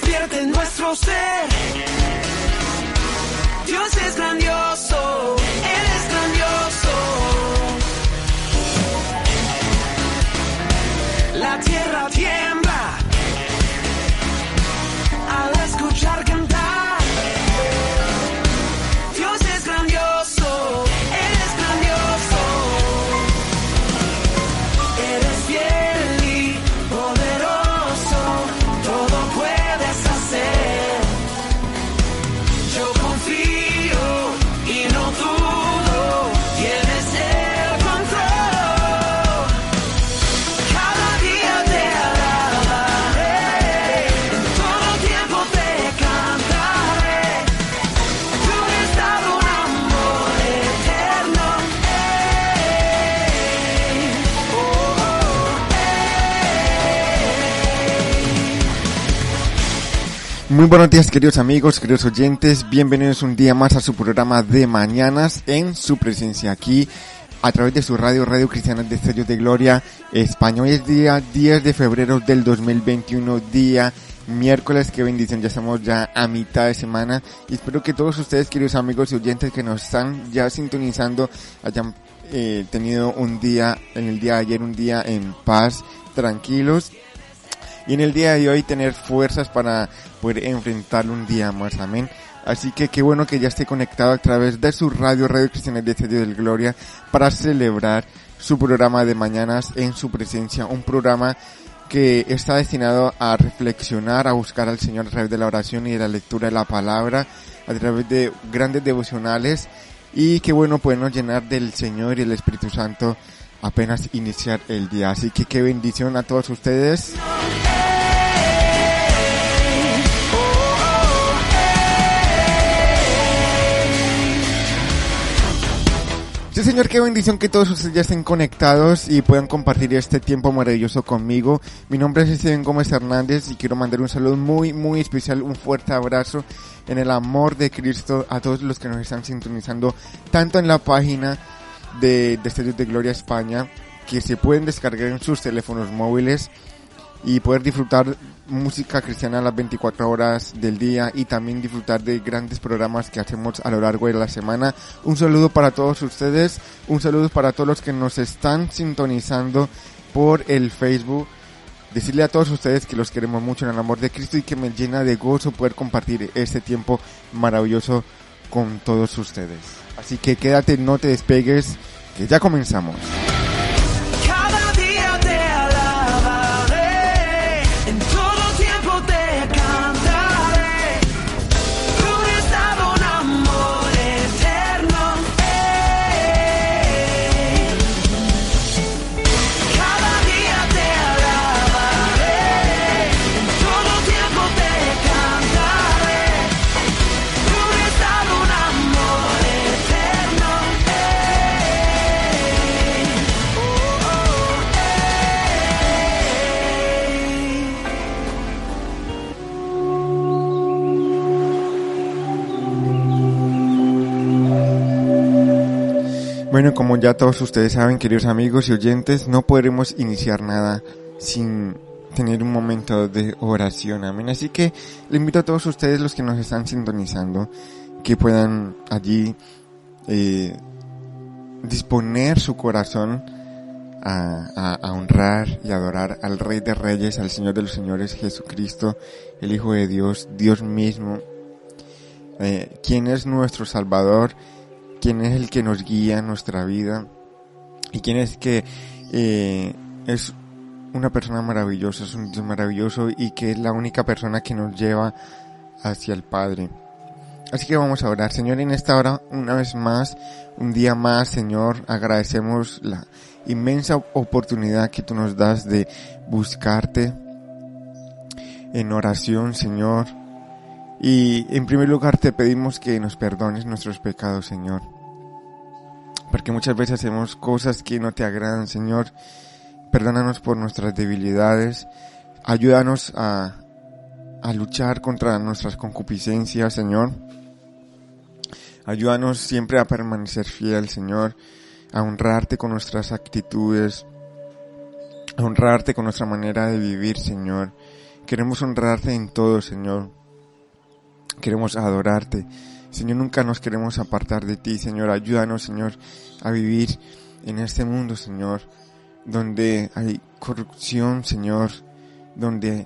despierte nuestro ser. Dios es grandioso, Él es grandioso. La tierra tiembla al escuchar cantar. Dios es grandioso, Él es grandioso. Eres fiel y poderoso, todo puedes hacer. Yo confío y no dudo, tienes el control. Cada día te alabaré, en todo tiempo te cantaré. Tú me has dado un amor eterno. Muy buenos días, queridos amigos, queridos oyentes, bienvenidos un día más a su programa de mañanas en su presencia aquí a través de su Radio Cristiana de Destellos de Gloria España. Hoy es día 10 de febrero del 2021, día miércoles. Qué bendición, ya estamos ya a mitad de semana y espero que todos ustedes, queridos amigos y oyentes que nos están ya sintonizando, hayan tenido un día, en el día de ayer, un día en paz, tranquilos. Y en el día de hoy tener fuerzas para poder enfrentar un día más, amén. Así que qué bueno que ya esté conectado a través de su Radio Cristiana de Destellos de Gloria para celebrar su programa de mañanas en su presencia. Un programa que está destinado a reflexionar, a buscar al Señor a través de la oración y de la lectura de la palabra, a través de grandes devocionales. Y qué bueno podernos llenar del Señor y el Espíritu Santo apenas iniciar el día. Así que qué bendición a todos ustedes. Sí, Señor, qué bendición que todos ustedes ya estén conectados y puedan compartir este tiempo maravilloso conmigo. Mi nombre es Steven Gómez Hernández y quiero mandar un saludo muy especial, un fuerte abrazo en el amor de Cristo a todos los que nos están sintonizando, tanto en la página de Destellos de Gloria España, que se pueden descargar en sus teléfonos móviles y poder disfrutar música cristiana a las 24 horas del día y también disfrutar de grandes programas que hacemos a lo largo de la semana. Un saludo para todos ustedes, un saludo para todos los que nos están sintonizando por el Facebook. Decirle a todos ustedes que los queremos mucho en el amor de Cristo y que me llena de gozo poder compartir este tiempo maravilloso con todos ustedes. Así que quédate, no te despegues, que ya comenzamos. Cada día te alabaré, en todo tiempo te cantaré. Tú me has dado un amor eterno. Cada día te alabaré, en todo tiempo te cantaré. Tú me has dado un amor eterno. Bueno, como ya todos ustedes saben, queridos amigos y oyentes, no podremos iniciar nada sin tener un momento de oración, amén. Así que le invito a todos ustedes, los que nos están sintonizando, que puedan allí disponer su corazón a honrar y adorar al Rey de Reyes, al Señor de los Señores, Jesucristo, el Hijo de Dios, Dios mismo, quien es nuestro Salvador, quien es el que nos guía en nuestra vida y quien es que es una persona maravillosa, es un Dios maravilloso y que es la única persona que nos lleva hacia el Padre. Así que vamos a orar. Señor, en esta hora, una vez más, un día más, Señor, agradecemos la inmensa oportunidad que tú nos das de buscarte en oración, Señor. Y en primer lugar te pedimos que nos perdones nuestros pecados, Señor. Porque muchas veces hacemos cosas que no te agradan, Señor. Perdónanos por nuestras debilidades. Ayúdanos a luchar contra nuestras concupiscencias, Señor. Ayúdanos siempre a permanecer fiel, Señor. A honrarte con nuestras actitudes. A honrarte con nuestra manera de vivir, Señor. Queremos honrarte en todo, Señor. Queremos adorarte. Señor, nunca nos queremos apartar de ti, Señor. Ayúdanos, Señor, a vivir en este mundo, Señor, donde hay corrupción, Señor, donde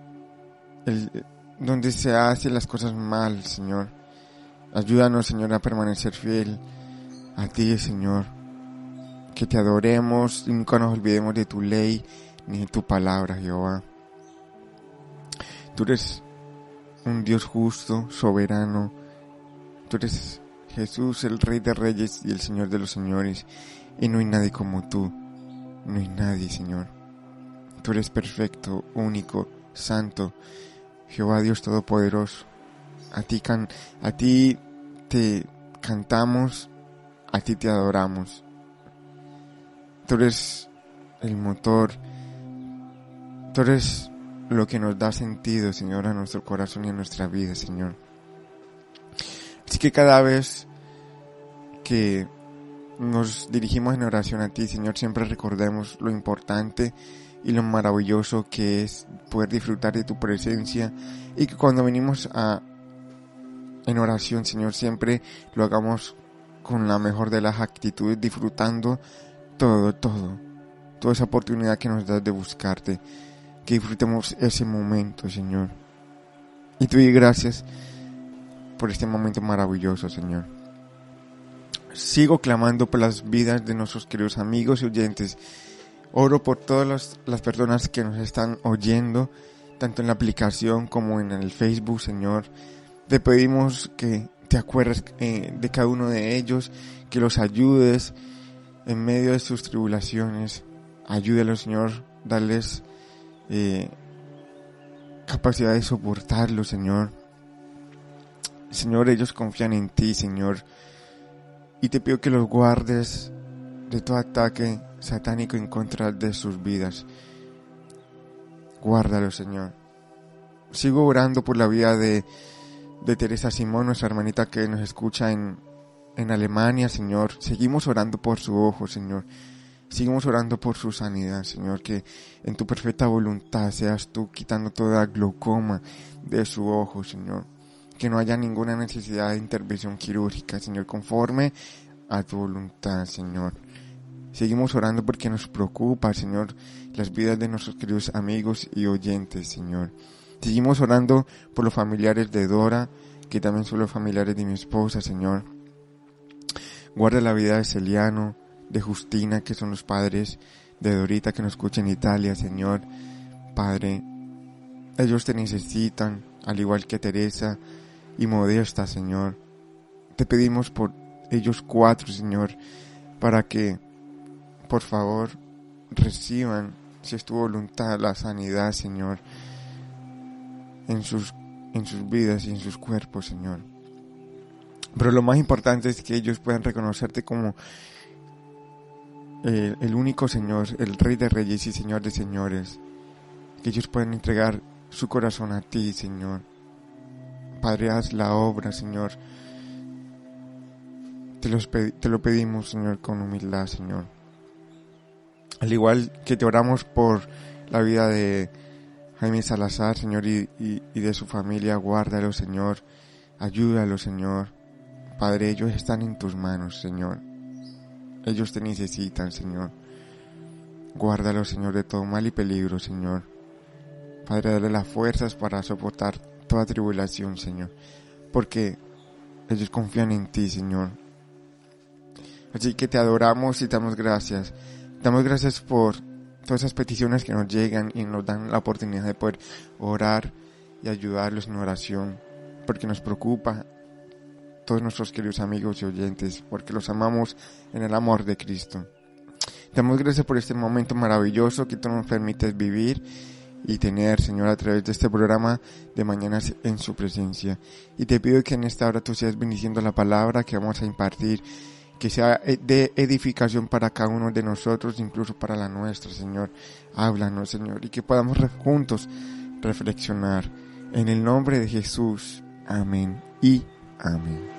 se hacen las cosas mal, Señor. Ayúdanos, Señor, a permanecer fiel a ti, Señor. Que te adoremos y nunca nos olvidemos de tu ley ni de tu palabra, Jehová. Tú eres un Dios justo, soberano. Tú eres Jesús, el Rey de Reyes y el Señor de los Señores. Y no hay nadie como tú. No hay nadie, Señor. Tú eres perfecto, único, santo. Jehová Dios Todopoderoso. A ti te cantamos, a ti te adoramos. Tú eres el motor. Tú eres lo que nos da sentido, Señor, a nuestro corazón y a nuestra vida, Señor. Así que cada vez que nos dirigimos en oración a ti, Señor, siempre recordemos lo importante y lo maravilloso que es poder disfrutar de tu presencia, y que cuando venimos en oración, Señor, siempre lo hagamos con la mejor de las actitudes, disfrutando toda esa oportunidad que nos das de buscarte. Que disfrutemos ese momento, Señor. Y te doy gracias por este momento maravilloso, Señor. Sigo clamando por las vidas de nuestros queridos amigos y oyentes. Oro por todas las personas que nos están oyendo, tanto en la aplicación como en el Facebook, Señor. Te pedimos que te acuerdes de cada uno de ellos, que los ayudes en medio de sus tribulaciones. Ayúdalos, Señor, darles capacidad de soportarlo, Señor. Señor, ellos confían en ti, Señor, y te pido que los guardes de todo ataque satánico en contra de sus vidas. Guárdalos, Señor. Sigo orando por la vida de Teresa Simón, nuestra hermanita que nos escucha en Alemania, Señor. Seguimos orando por su ojo, Señor. Seguimos orando por su sanidad, Señor, que en tu perfecta voluntad seas tú quitando toda glaucoma de su ojo, Señor. Que no haya ninguna necesidad de intervención quirúrgica, Señor, conforme a tu voluntad, Señor. Seguimos orando porque nos preocupa, Señor, las vidas de nuestros queridos amigos y oyentes, Señor. Seguimos orando por los familiares de Dora, que también son los familiares de mi esposa, Señor. Guarda la vida de Celiano, de Justina, que son los padres de Dorita que nos escuchan en Italia, Señor. Padre, ellos te necesitan, al igual que Teresa y Modesta, Señor. Te pedimos por ellos 4, Señor, para que, por favor, reciban, si es tu voluntad, la sanidad, Señor, en sus vidas y en sus cuerpos, Señor. Pero lo más importante es que ellos puedan reconocerte como el único Señor, el Rey de Reyes y Señor de Señores. Que ellos puedan entregar su corazón a ti, Señor. Padre, haz la obra, Señor. Te lo pedimos, Señor, con humildad, Señor. Al igual que te oramos por la vida de Jaime Salazar, Señor, y de su familia, guárdalo, Señor. Ayúdalo, Señor. Padre, ellos están en tus manos, Señor. Ellos te necesitan, Señor. Guárdalo, Señor, de todo mal y peligro, Señor. Padre, dale las fuerzas para soportar toda tribulación, Señor. Porque ellos confían en ti, Señor. Así que te adoramos y te damos gracias. Damos gracias por todas esas peticiones que nos llegan y nos dan la oportunidad de poder orar y ayudarlos en oración. Porque nos preocupa todos nuestros queridos amigos y oyentes, porque los amamos en el amor de Cristo. Te damos gracias por este momento maravilloso que tú nos permites vivir y tener, Señor, a través de este programa de Mañanas en su presencia. Y te pido que en esta hora tú seas bendiciendo la palabra que vamos a impartir, que sea de edificación para cada uno de nosotros, incluso para la nuestra, Señor. Háblanos, Señor, y que podamos juntos reflexionar. En el nombre de Jesús. Amén y amén.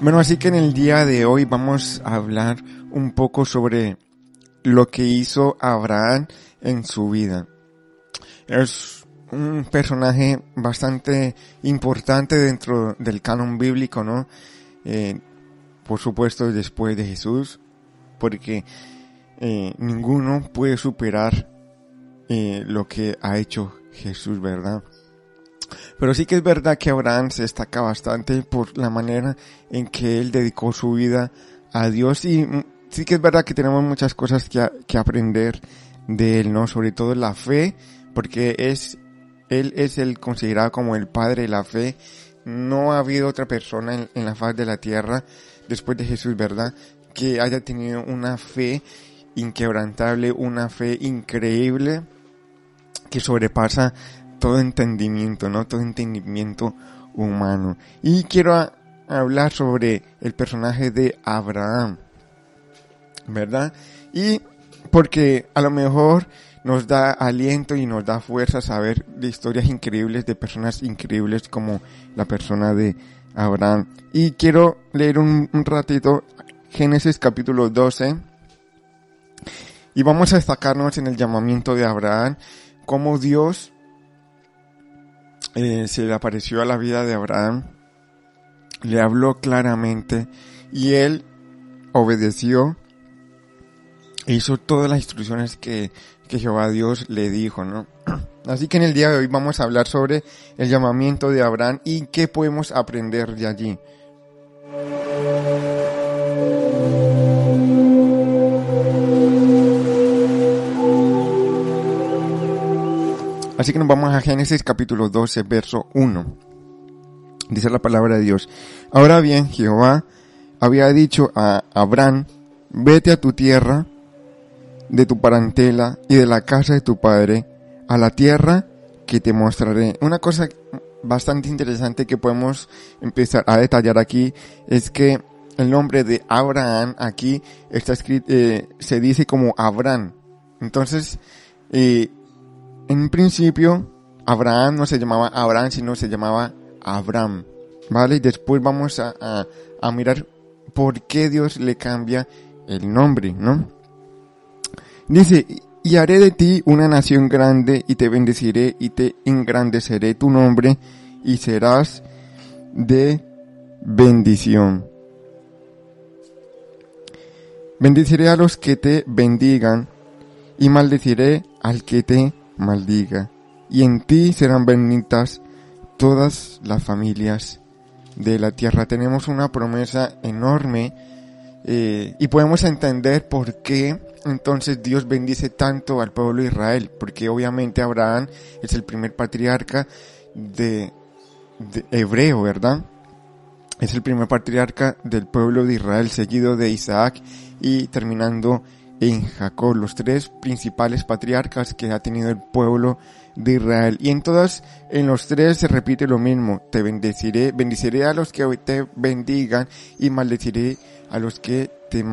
Bueno, así que en el día de hoy vamos a hablar un poco sobre lo que hizo Abraham en su vida. Es un personaje bastante importante dentro del canon bíblico, ¿no? Por supuesto después de Jesús, porque ninguno puede superar lo que ha hecho Jesús, ¿verdad? Pero sí que es verdad que Abraham se destaca bastante por la manera en que él dedicó su vida a Dios, y sí que es verdad que tenemos muchas cosas que aprender de él, ¿no? Sobre todo la fe, porque él es el considerado como el padre de la fe. No ha habido otra persona en la faz de la tierra después de Jesús, ¿verdad?, que haya tenido una fe inquebrantable, una fe increíble que sobrepasa todo entendimiento, ¿no? Todo entendimiento humano. Y quiero hablar sobre el personaje de Abraham, ¿verdad? Y porque a lo mejor nos da aliento y nos da fuerza saber de historias increíbles, de personas increíbles como la persona de Abraham. Y quiero leer un ratito Génesis capítulo 12. Y vamos a destacarnos en el llamamiento de Abraham, cómo Dios se le apareció a la vida de Abraham, le habló claramente y él obedeció, hizo todas las instrucciones que Jehová Dios le dijo, ¿no? Así que en el día de hoy vamos a hablar sobre el llamamiento de Abraham y qué podemos aprender de allí. Así que nos vamos a Génesis capítulo 12, verso 1. Dice la palabra de Dios: Ahora bien, Jehová había dicho a Abraham: vete a tu tierra, de tu parentela y de la casa de tu padre, a la tierra que te mostraré. Una cosa bastante interesante que podemos empezar a detallar aquí es que el nombre de Abraham aquí está escrito, se dice como Abraham. Entonces, en principio, Abraham no se llamaba Abraham, sino se llamaba Abram, ¿vale? Y después vamos a mirar por qué Dios le cambia el nombre, ¿no? Dice: y haré de ti una nación grande, y te bendeciré, y te engrandeceré tu nombre, y serás de bendición. Bendeciré a los que te bendigan, y maldeciré al que te maldiga, y en ti serán benditas todas las familias de la tierra. Tenemos una promesa enorme, y podemos entender por qué entonces Dios bendice tanto al pueblo de Israel, porque obviamente Abraham es el primer patriarca de hebreo, ¿verdad? Es el primer patriarca del pueblo de Israel, seguido de Isaac y terminando en Jacob, los tres principales patriarcas que ha tenido el pueblo de Israel. Y en los tres se repite lo mismo: te bendeciré a los que te bendigan, y maldeciré a los que te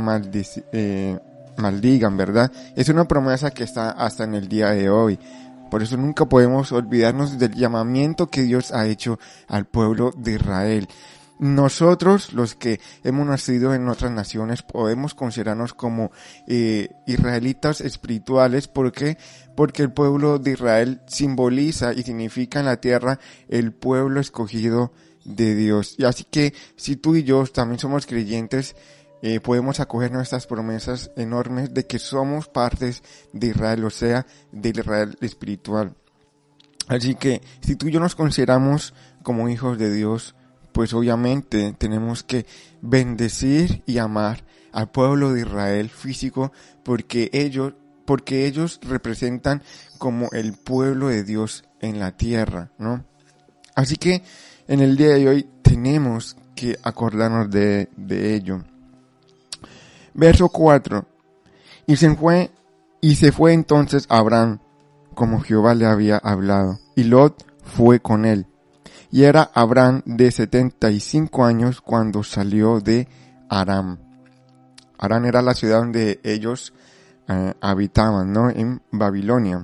maldigan, ¿verdad? Es una promesa que está hasta en el día de hoy. Por eso nunca podemos olvidarnos del llamamiento que Dios ha hecho al pueblo de Israel. Nosotros, los que hemos nacido en otras naciones, podemos considerarnos como israelitas espirituales. ¿Por qué? Porque el pueblo de Israel simboliza y significa en la tierra el pueblo escogido de Dios. Y así que si tú y yo también somos creyentes, podemos acoger nuestras promesas enormes de que somos partes de Israel, o sea, del Israel espiritual. Así que si tú y yo nos consideramos como hijos de Dios, pues obviamente tenemos que bendecir y amar al pueblo de Israel físico, porque ellos representan como el pueblo de Dios en la tierra, ¿no? Así que en el día de hoy tenemos que acordarnos de ello. Verso 4. Y se fue entonces Abraham, como Jehová le había hablado, y Lot fue con él. Y era Abraham de 75 años cuando salió de Aram. Aram era la ciudad donde ellos habitaban, ¿no? En Babilonia.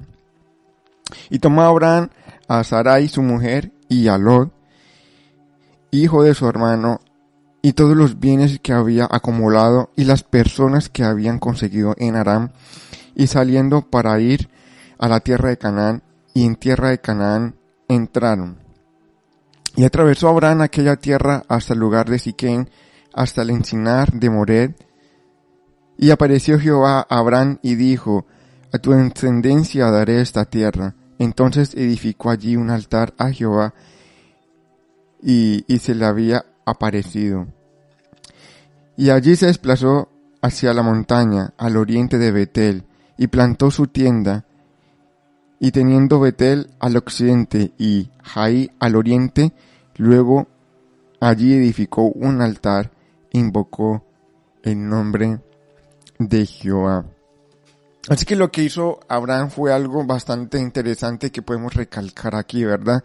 Y tomó Abraham a Sarai su mujer y a Lot, hijo de su hermano, y todos los bienes que había acumulado y las personas que habían conseguido en Aram, y saliendo para ir a la tierra de Canaán, y en tierra de Canaán entraron. Y atravesó Abraham aquella tierra hasta el lugar de Siquén, hasta el encinar de Mored. Y apareció Jehová a Abraham y dijo: a tu descendencia daré esta tierra. Entonces edificó allí un altar a Jehová, y se le había aparecido. Y allí se desplazó hacia la montaña, al oriente de Betel, y plantó su tienda, y teniendo Betel al occidente y Jai al oriente, luego allí edificó un altar, e invocó el nombre de Jehová. Así que lo que hizo Abraham fue algo bastante interesante que podemos recalcar aquí, ¿verdad?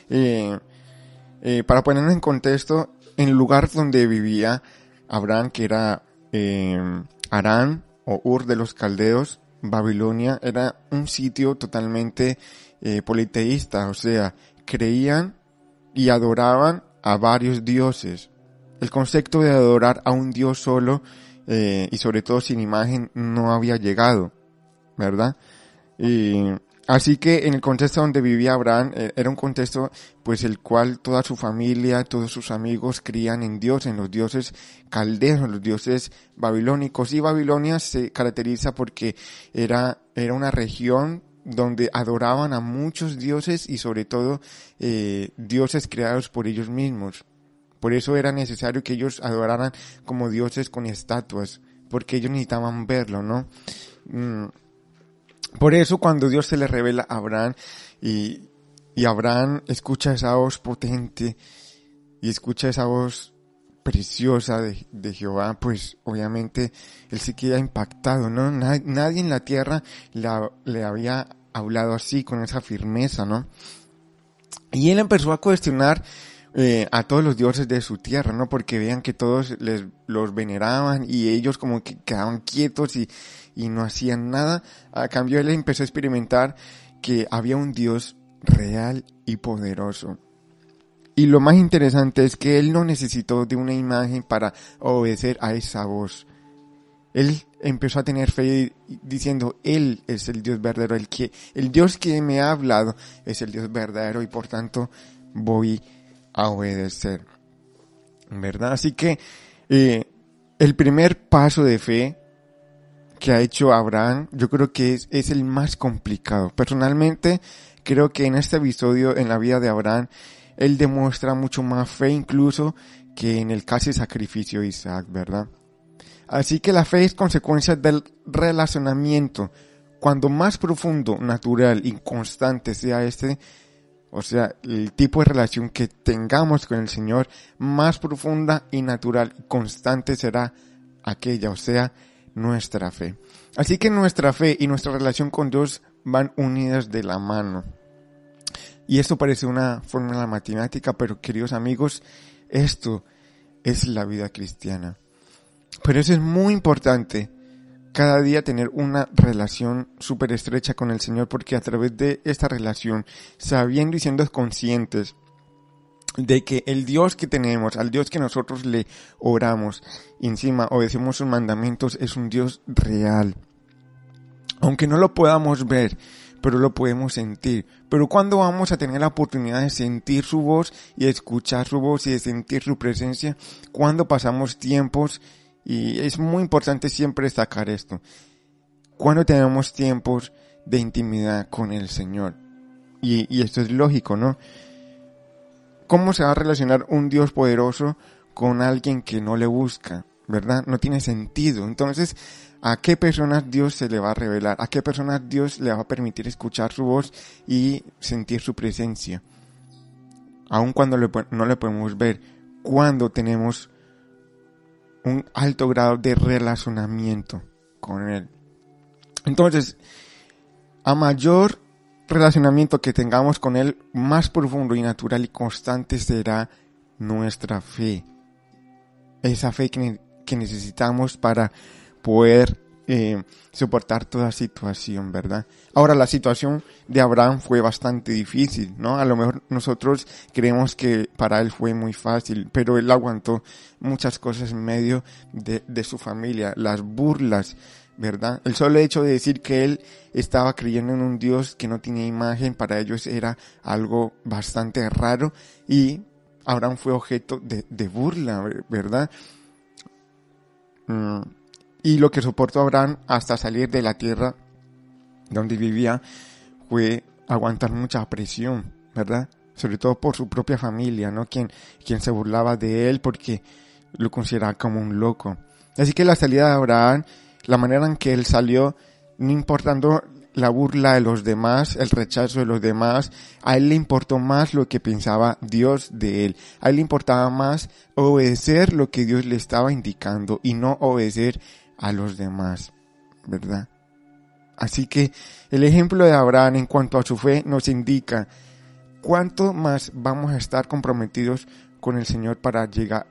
Para ponerlo en contexto, en el lugar donde vivía Abraham, que era Harán o Ur de los Caldeos, Babilonia, era un sitio totalmente politeísta, o sea, creían y adoraban a varios dioses. El concepto de adorar a un dios solo y sobre todo sin imagen no había llegado, ¿verdad? Así que en el contexto donde vivía Abraham era un contexto pues el cual toda su familia, todos sus amigos creían en Dios, en los dioses caldeos, en los dioses babilónicos, y Babilonia se caracteriza porque era una región donde adoraban a muchos dioses y sobre todo dioses creados por ellos mismos. Por eso era necesario que ellos adoraran como dioses con estatuas, porque ellos necesitaban verlo, ¿no? Por eso cuando Dios se le revela a Abraham y Abraham escucha esa voz potente y escucha esa voz preciosa de Jehová, pues obviamente él se queda impactado, ¿no? Nadie en la tierra le había hablado así, con esa firmeza, ¿no? Y él empezó a cuestionar a todos los dioses de su tierra, ¿no? Porque vean que todos los veneraban y ellos como que quedaban quietos y no hacían nada. A cambio él empezó a experimentar que había un Dios real y poderoso. Y lo más interesante es que él no necesitó de una imagen para obedecer a esa voz. Él empezó a tener fe diciendo, él es el Dios verdadero, el Dios que me ha hablado es el Dios verdadero y por tanto voy a obedecer, ¿verdad? Así que el primer paso de fe que ha hecho Abraham, yo creo que es el más complicado. Personalmente, creo que en este episodio, en la vida de Abraham, él demuestra mucho más fe incluso que en el casi sacrificio de Isaac, ¿verdad? Así que la fe es consecuencia del relacionamiento. Cuando más profundo, natural y constante sea o sea, el tipo de relación que tengamos con el Señor, más profunda y natural y constante será aquella, o sea, nuestra fe. Así que nuestra fe y nuestra relación con Dios van unidas de la mano. Y esto parece una fórmula matemática, pero queridos amigos, esto es la vida cristiana. Pero eso es muy importante, cada día tener una relación súper estrecha con el Señor, porque a través de esta relación, sabiendo y siendo conscientes de que el Dios que tenemos, al Dios que nosotros le oramos, y encima obedecemos sus mandamientos, es un Dios real. Aunque no lo podamos ver, pero lo podemos sentir. Pero ¿cuándo vamos a tener la oportunidad de sentir su voz y de escuchar su voz y de sentir su presencia? Cuando pasamos tiempos, y es muy importante siempre destacar esto, cuando tenemos tiempos de intimidad con el Señor. Y esto es lógico, ¿no? ¿Cómo se va a relacionar un Dios poderoso con alguien que no le busca? ¿Verdad? No tiene sentido. Entonces, ¿a qué personas Dios se le va a revelar? ¿A qué personas Dios le va a permitir escuchar su voz y sentir su presencia? Aun cuando no le podemos ver, cuando tenemos un alto grado de relacionamiento con Él. Entonces, a mayor relacionamiento que tengamos con Él, más profundo y natural y constante será nuestra fe. Esa fe que necesitamos para poder soportar toda situación, ¿verdad? Ahora, la situación de Abraham fue bastante difícil, ¿no? A lo mejor nosotros creemos que para él fue muy fácil, pero él aguantó muchas cosas en medio de su familia, las burlas, ¿verdad? El solo hecho de decir que él estaba creyendo en un Dios que no tenía imagen, para ellos era algo bastante raro, y Abraham fue objeto de burla, ¿verdad? Y lo que soportó Abraham hasta salir de la tierra donde vivía fue aguantar mucha presión, ¿verdad? Sobre todo por su propia familia, ¿no? Quien se burlaba de él porque lo consideraba como un loco. Así que la salida de Abraham, la manera en que él salió, no importando la burla de los demás, el rechazo de los demás, a él le importó más lo que pensaba Dios de él. A él le importaba más obedecer lo que Dios le estaba indicando y no obedecer a los demás, ¿verdad? Así que el ejemplo de Abraham en cuanto a su fe nos indica cuánto más vamos a estar comprometidos con el Señor para llegar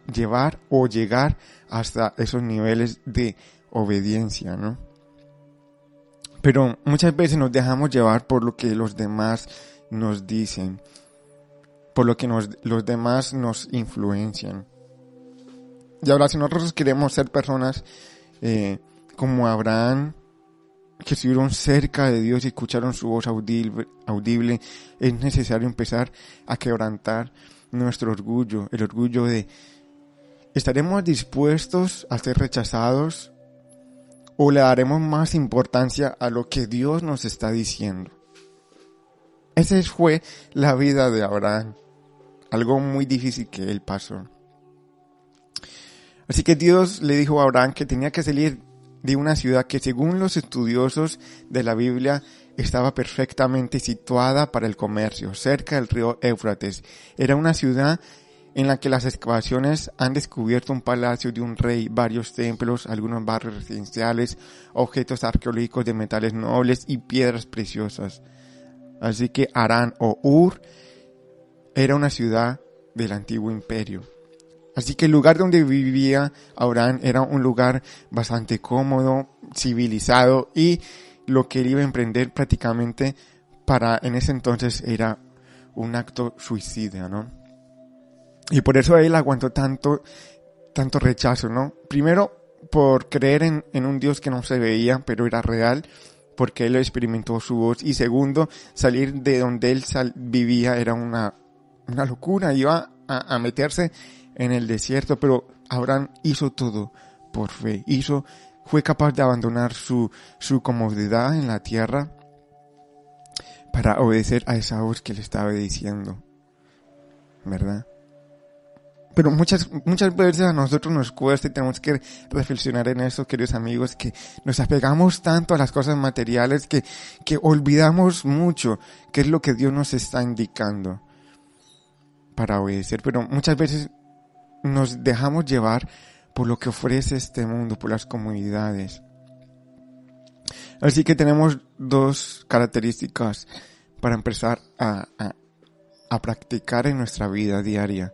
hasta esos niveles de obediencia, ¿no? Pero muchas veces nos dejamos llevar por lo que los demás nos dicen, por lo que los demás nos influencian. Y ahora, si nosotros queremos ser personas como Abraham, que estuvieron cerca de Dios y escucharon su voz audible, es necesario empezar a quebrantar nuestro orgullo, el orgullo de ¿estaremos dispuestos a ser rechazados o le daremos más importancia a lo que Dios nos está diciendo? Esa fue la vida de Abraham, algo muy difícil que él pasó. Así que Dios le dijo a Abraham que tenía que salir de una ciudad que, según los estudiosos de la Biblia, estaba perfectamente situada para el comercio, cerca del río Éufrates. Era una ciudad en la que las excavaciones han descubierto un palacio de un rey, varios templos, algunos barrios residenciales, objetos arqueológicos de metales nobles y piedras preciosas. Así que Harán o Ur era una ciudad del antiguo imperio. Así que el lugar donde vivía Abraham era un lugar bastante cómodo, civilizado, y lo que él iba a emprender prácticamente en ese entonces era un acto suicida, ¿no? Y por eso él aguantó tanto rechazo, ¿no? Primero, por creer en un Dios que no se veía, pero era real, porque él experimentó su voz. Y segundo, salir de donde él vivía era una locura. Iba a meterse en el desierto, pero Abraham hizo todo por fe. Fue capaz de abandonar su comodidad en la tierra para obedecer a esa voz que le estaba diciendo, ¿verdad? Pero muchas veces a nosotros nos cuesta y tenemos que reflexionar en eso, queridos amigos, que nos apegamos tanto a las cosas materiales que olvidamos mucho qué es lo que Dios nos está indicando para obedecer. Pero muchas veces nos dejamos llevar por lo que ofrece este mundo, por las comodidades. Así que tenemos dos características para empezar a practicar en nuestra vida diaria.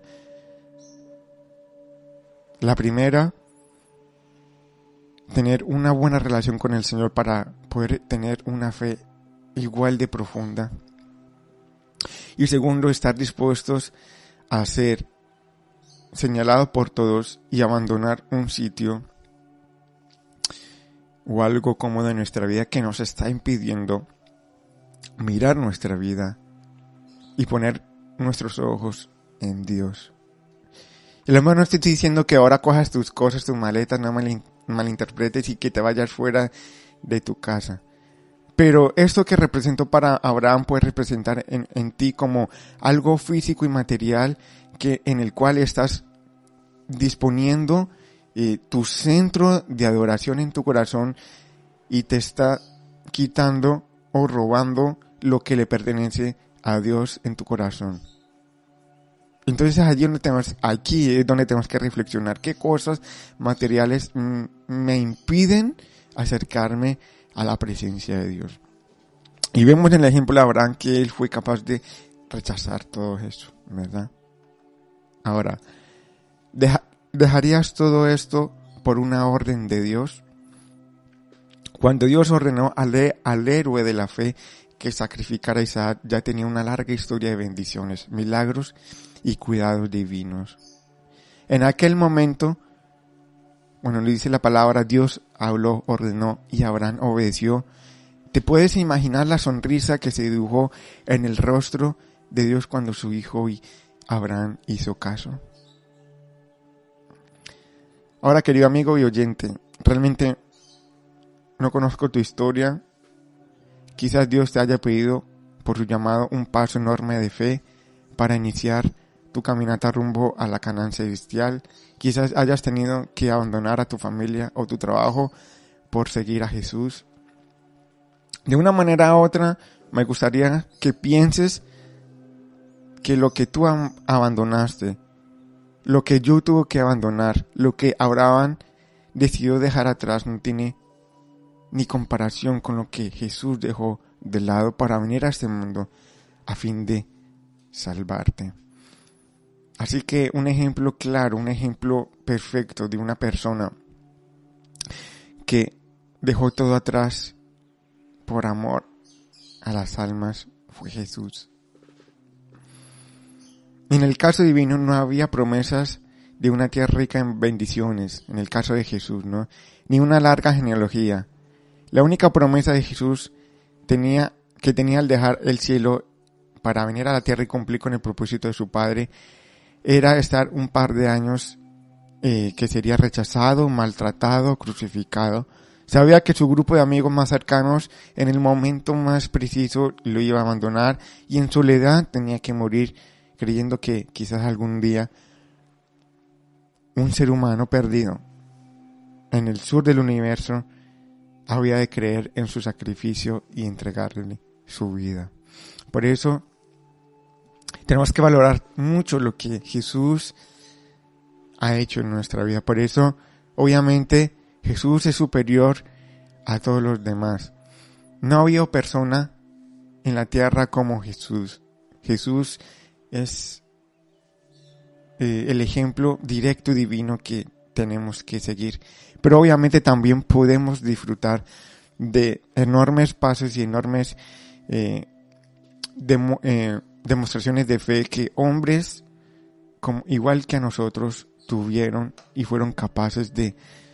La primera, tener una buena relación con el Señor para poder tener una fe igual de profunda. Y segundo, estar dispuestos a ser señalados por todos y abandonar un sitio o algo cómodo en nuestra vida que nos está impidiendo mirar nuestra vida y poner nuestros ojos en Dios. Y lo más, no estoy diciendo que ahora cojas tus cosas, tus maletas, no malinterpretes y que te vayas fuera de tu casa. Pero esto que representó para Abraham puede representar en ti como algo físico y material en el cual estás disponiendo tu centro de adoración en tu corazón y te está quitando o robando lo que le pertenece a Dios en tu corazón. Entonces aquí es donde tenemos que reflexionar qué cosas materiales me impiden acercarme a la presencia de Dios. Y vemos en el ejemplo de Abraham que él fue capaz de rechazar todo eso, ¿verdad? Ahora, ¿dejarías todo esto por una orden de Dios? Cuando Dios ordenó al héroe de la fe que sacrificara a Isaac, ya tenía una larga historia de bendiciones, milagros y cuidados divinos. En aquel momento, bueno, le dice la palabra, Dios habló, ordenó y Abraham obedeció. ¿Te puedes imaginar la sonrisa que se dibujó en el rostro de Dios cuando su hijo Abraham hizo caso? Ahora, querido amigo y oyente, realmente no conozco tu historia. Quizás Dios te haya pedido por su llamado un paso enorme de fe para iniciar tu caminata rumbo a la Canaán celestial. Quizás hayas tenido que abandonar a tu familia o tu trabajo por seguir a Jesús. De una manera u otra, me gustaría que pienses que lo que tú abandonaste, lo que yo tuve que abandonar, lo que Abraham decidió dejar atrás, no tiene ni comparación con lo que Jesús dejó de lado para venir a este mundo a fin de salvarte. Así que un ejemplo claro, un ejemplo perfecto de una persona que dejó todo atrás por amor a las almas fue Jesús. En el caso divino no había promesas de una tierra rica en bendiciones, en el caso de Jesús, ¿no? Ni una larga genealogía. La única promesa de Jesús que tenía al dejar el cielo para venir a la tierra y cumplir con el propósito de su Padre era estar un par de años que sería rechazado, maltratado, crucificado. Sabía que su grupo de amigos más cercanos en el momento más preciso lo iba a abandonar y en soledad tenía que morir, creyendo que quizás algún día un ser humano perdido en el sur del universo había de creer en su sacrificio y entregarle su vida. Por eso tenemos que valorar mucho lo que Jesús ha hecho en nuestra vida. Por eso, obviamente, Jesús es superior a todos los demás. No ha habido persona en la tierra como Jesús. Jesús es el ejemplo directo y divino que tenemos que seguir. Pero obviamente también podemos disfrutar de enormes pasos y enormes demostraciones de fe que hombres igual que a nosotros tuvieron y fueron capaces de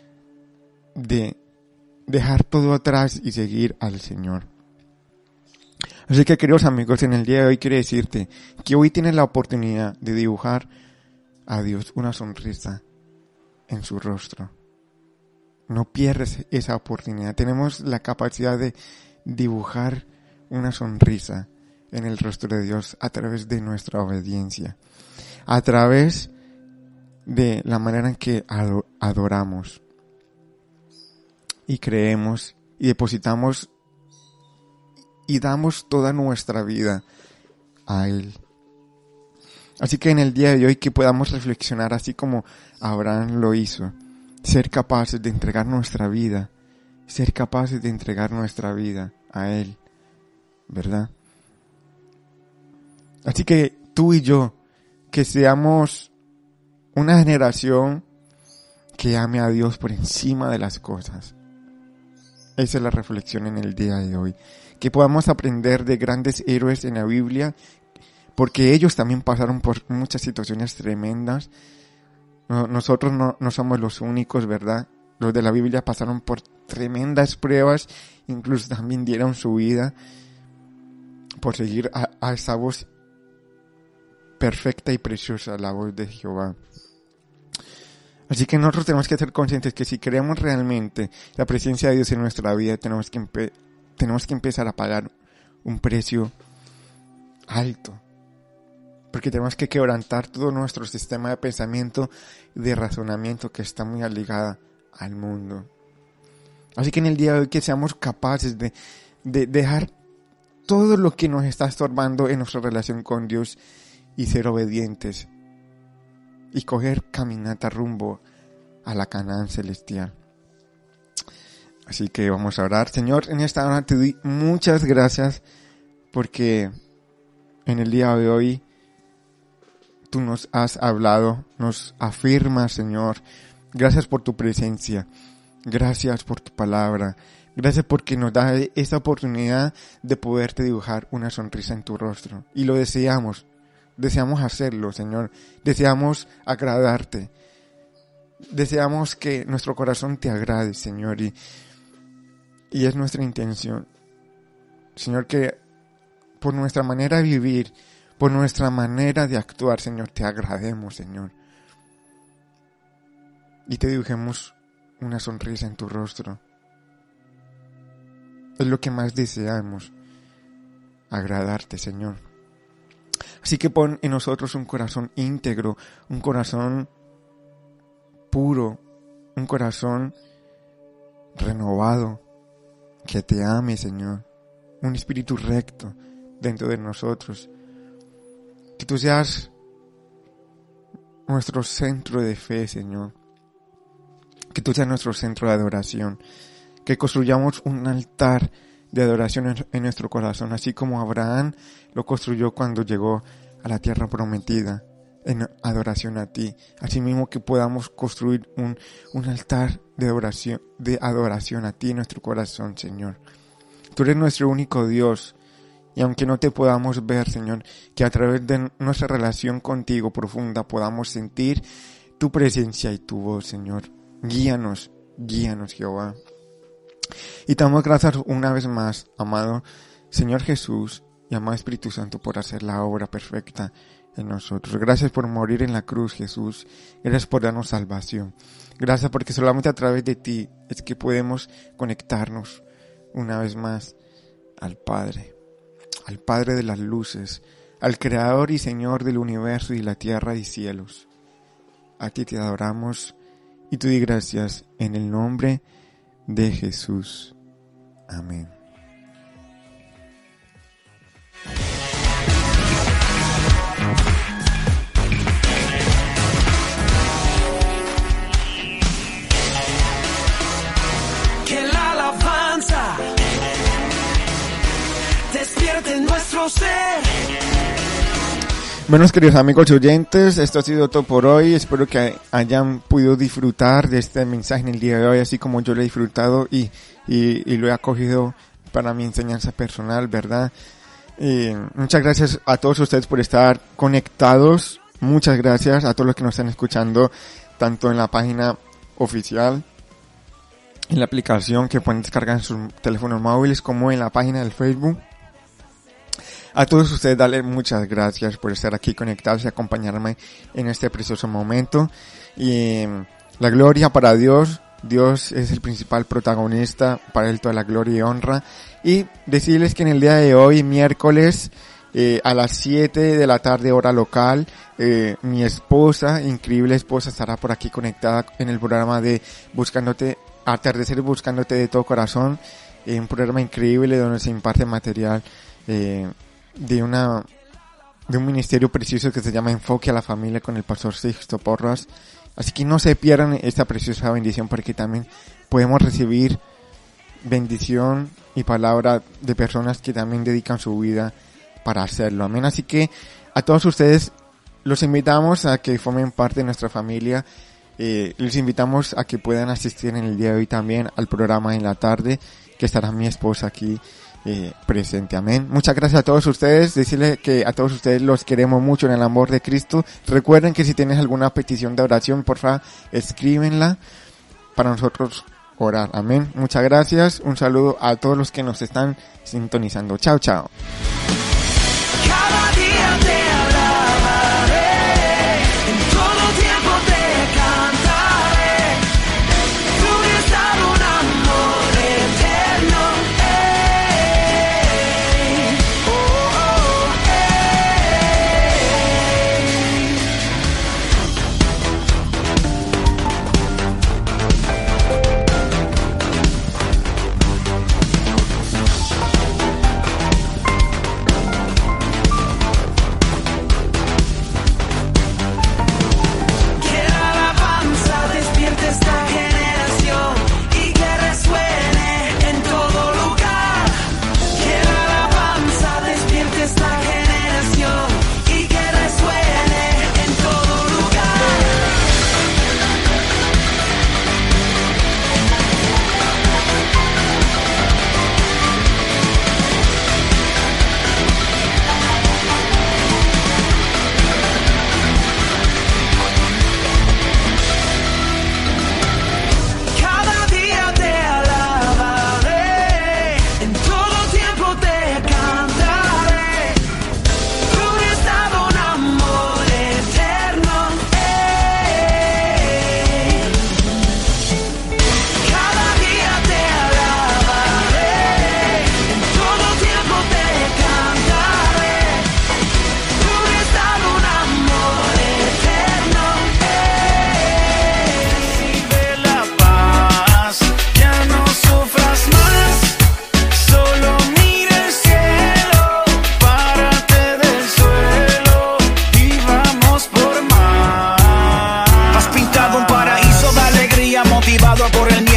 dejar todo atrás y seguir al Señor. Así que, queridos amigos, en el día de hoy quiero decirte que hoy tienes la oportunidad de dibujar a Dios una sonrisa en su rostro. No pierdas esa oportunidad. Tenemos la capacidad de dibujar una sonrisa en el rostro de Dios a través de nuestra obediencia, a través de la manera en que adoramos y creemos y depositamos y damos toda nuestra vida a Él. Así que en el día de hoy que podamos reflexionar así como Abraham lo hizo, ser capaces de entregar nuestra vida, ser capaces de entregar nuestra vida a Él, ¿verdad? Así que tú y yo, que seamos una generación que ame a Dios por encima de las cosas. Esa es la reflexión en el día de hoy. Que podamos aprender de grandes héroes en la Biblia, porque ellos también pasaron por muchas situaciones tremendas. Nosotros no somos los únicos, ¿verdad? Los de la Biblia pasaron por tremendas pruebas, incluso también dieron su vida por seguir a esa voz perfecta y preciosa, la voz de Jehová. Así que nosotros tenemos que ser conscientes que si queremos realmente la presencia de Dios en nuestra vida, tenemos que empezar a pagar un precio alto. Porque tenemos que quebrantar todo nuestro sistema de pensamiento y de razonamiento que está muy ligado al mundo. Así que en el día de hoy que seamos capaces de dejar todo lo que nos está estorbando en nuestra relación con Dios y ser obedientes y coger caminata rumbo a la Canaán celestial. Así que vamos a orar. Señor, en esta hora te doy muchas gracias porque en el día de hoy tú nos has hablado, nos afirmas, Señor. Gracias por tu presencia, gracias por tu palabra. Gracias porque nos da esta oportunidad de poderte dibujar una sonrisa en tu rostro. Y lo deseamos. Deseamos hacerlo, Señor. Deseamos agradarte. Deseamos que nuestro corazón te agrade, Señor. Y es nuestra intención. Señor, que por nuestra manera de vivir, por nuestra manera de actuar, Señor, te agrademos, Señor. Y te dibujemos una sonrisa en tu rostro. Es lo que más deseamos, agradarte, Señor. Así que pon en nosotros un corazón íntegro, un corazón puro, un corazón renovado, que te ame, Señor. Un espíritu recto dentro de nosotros. Que tú seas nuestro centro de fe, Señor. Que tú seas nuestro centro de adoración. Que construyamos un altar de adoración en nuestro corazón, así como Abraham lo construyó cuando llegó a la tierra prometida, en adoración a ti. Así mismo que podamos construir un altar de adoración a ti en nuestro corazón, Señor. Tú eres nuestro único Dios, y aunque no te podamos ver, Señor, que a través de nuestra relación contigo profunda podamos sentir tu presencia y tu voz, Señor. Guíanos, Jehová. Y te damos gracias una vez más, amado Señor Jesús y amado Espíritu Santo, por hacer la obra perfecta en nosotros. Gracias por morir en la cruz, Jesús. Gracias por darnos salvación. Gracias porque solamente a través de ti es que podemos conectarnos una vez más al Padre de las luces, al Creador y Señor del universo y la tierra y cielos. A ti te adoramos y te doy gracias en el nombre de Jesús. Amén. Que la alabanza despierte en nuestro ser. Bueno, queridos amigos y oyentes, esto ha sido todo por hoy. Espero que hayan podido disfrutar de este mensaje en el día de hoy, así como yo lo he disfrutado y lo he acogido para mi enseñanza personal, ¿verdad? Muchas gracias a todos ustedes por estar conectados. Muchas gracias a todos los que nos están escuchando, tanto en la página oficial, en la aplicación que pueden descargar en sus teléfonos móviles, como en la página del Facebook. A todos ustedes, darles muchas gracias por estar aquí conectados y acompañarme en este precioso momento. Y la gloria para Dios. Dios es el principal protagonista, para Él toda la gloria y honra. Y decirles que en el día de hoy, miércoles, a las 7 de la tarde, hora local, mi esposa, increíble esposa, estará por aquí conectada en el programa de Atardecer Buscándote de todo corazón. Un programa increíble donde se imparte material de un ministerio precioso que se llama Enfoque a la Familia con el pastor Sixto Porras. Así que no se pierdan esta preciosa bendición, porque también podemos recibir bendición y palabra de personas que también dedican su vida para hacerlo. Amén. Así que a todos ustedes los invitamos a que formen parte de nuestra familia. Les invitamos a que puedan asistir en el día de hoy también al programa en la tarde, que estará mi esposa aquí presente. Amén. Muchas gracias a todos ustedes. Decirles que a todos ustedes los queremos mucho en el amor de Cristo. Recuerden que si tienes alguna petición de oración, por favor, escríbenla para nosotros orar. Amén. Muchas gracias. Un saludo a todos los que nos están sintonizando. Chao, chao. Cada día te alabaré, en todo tiempo te cantaré. Tú me has dado un amor eterno. Oh,